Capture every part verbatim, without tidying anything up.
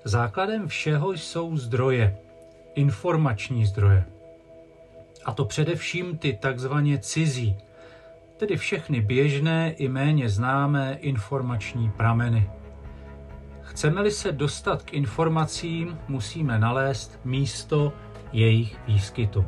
Základem všeho jsou zdroje, informační zdroje. A to především ty takzvaně cizí, tedy všechny běžné i méně známé informační prameny. Chceme-li se dostat k informacím, musíme nalézt místo jejich výskytu.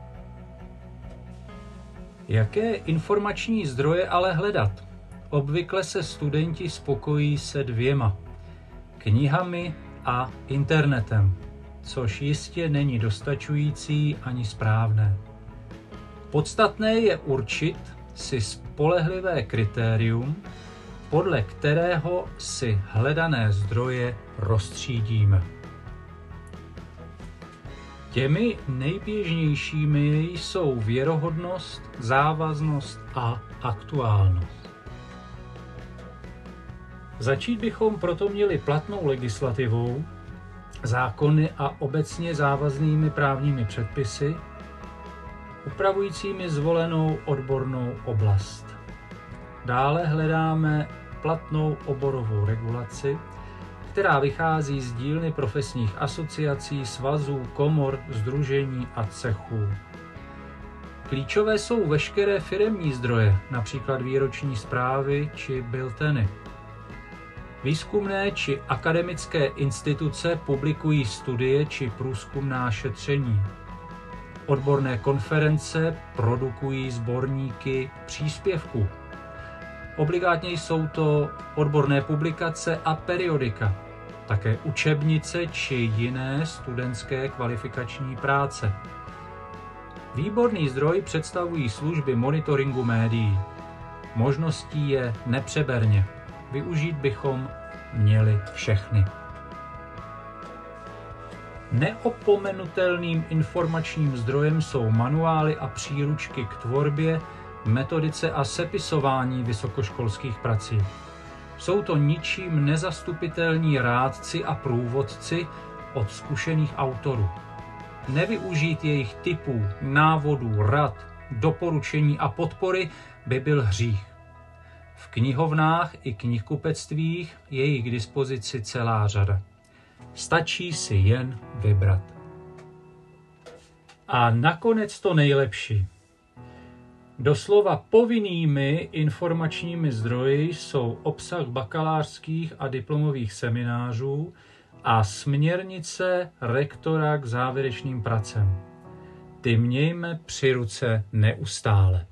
Jaké informační zdroje ale hledat? Obvykle se studenti spokojí se dvěma: knihami a internetem, což jistě není dostačující ani správné. Podstatné je určit si spolehlivé kritérium, podle kterého si hledané zdroje roztřídíme. Těmi nejběžnějšími jsou věrohodnost, závaznost a aktuálnost. Začít bychom proto měli platnou legislativou, zákony a obecně závaznými právními předpisy, upravujícími zvolenou odbornou oblast. Dále hledáme platnou oborovou regulaci, která vychází z dílny profesních asociací, svazů, komor, sdružení a cechů. Klíčové jsou veškeré firemní zdroje, například výroční zprávy či bilteny. Výzkumné či akademické instituce publikují studie či průzkumná šetření. Odborné konference produkují sborníky příspěvků. Obligátně jsou to odborné publikace a periodika, také učebnice či jiné studentské kvalifikační práce. Výborný zdroj představují služby monitoringu médií. Možností je nepřeberně. Využít bychom měli všechny. Neopomenutelným informačním zdrojem jsou manuály a příručky k tvorbě, metodice a sepisování vysokoškolských prací. Jsou to ničím nezastupitelní rádci a průvodci od zkušených autorů. Nevyužít jejich tipů, návodů, rad, doporučení a podpory by byl hřích. V knihovnách i knihkupectvích je jich k dispozici celá řada. Stačí si jen vybrat. A nakonec to nejlepší. Doslova povinnými informačními zdroji jsou obsah bakalářských a diplomových seminářů a směrnice rektora k závěrečným pracem. Ty mějme při ruce neustále.